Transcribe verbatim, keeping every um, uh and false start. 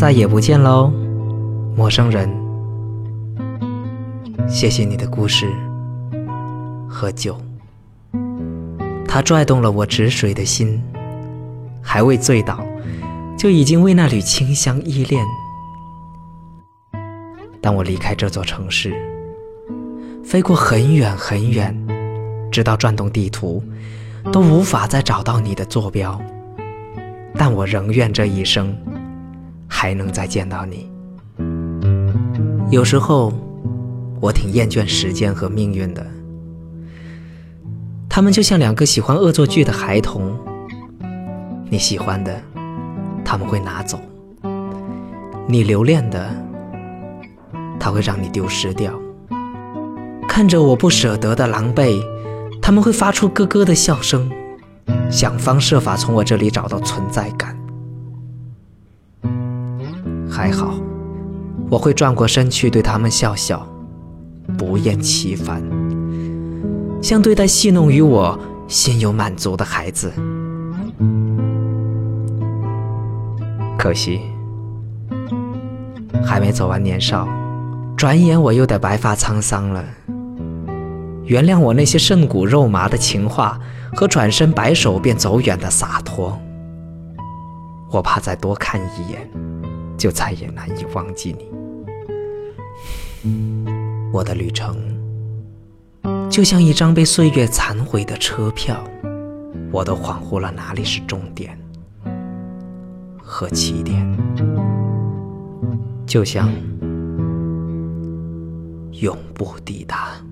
再也不见喽，陌生人。谢谢你的故事和酒，它拽动了我止水的心，还未醉倒，就已经为那缕清香依恋。当我离开这座城市，飞过很远很远，直到转动地图都无法再找到你的坐标，但我仍愿这一生还能再见到你。有时候我挺厌倦时间和命运的，他们就像两个喜欢恶作剧的孩童，你喜欢的他们会拿走，你留恋的他会让你丢失掉。看着我不舍得的狼狈，他们会发出咯咯的笑声，想方设法从我这里找到存在感。还好，我会转过身去对他们笑笑，不厌其烦，像对待戏弄于我心有满足的孩子。可惜还没走完年少，转眼我又得白发苍苍了。原谅我那些渗骨肉麻的情话和转身摆手便走远的洒脱，我怕再多看一眼就再也难以忘记你。我的旅程就像一张被岁月残毁的车票，我都恍惚了哪里是终点和起点，就像永不抵达。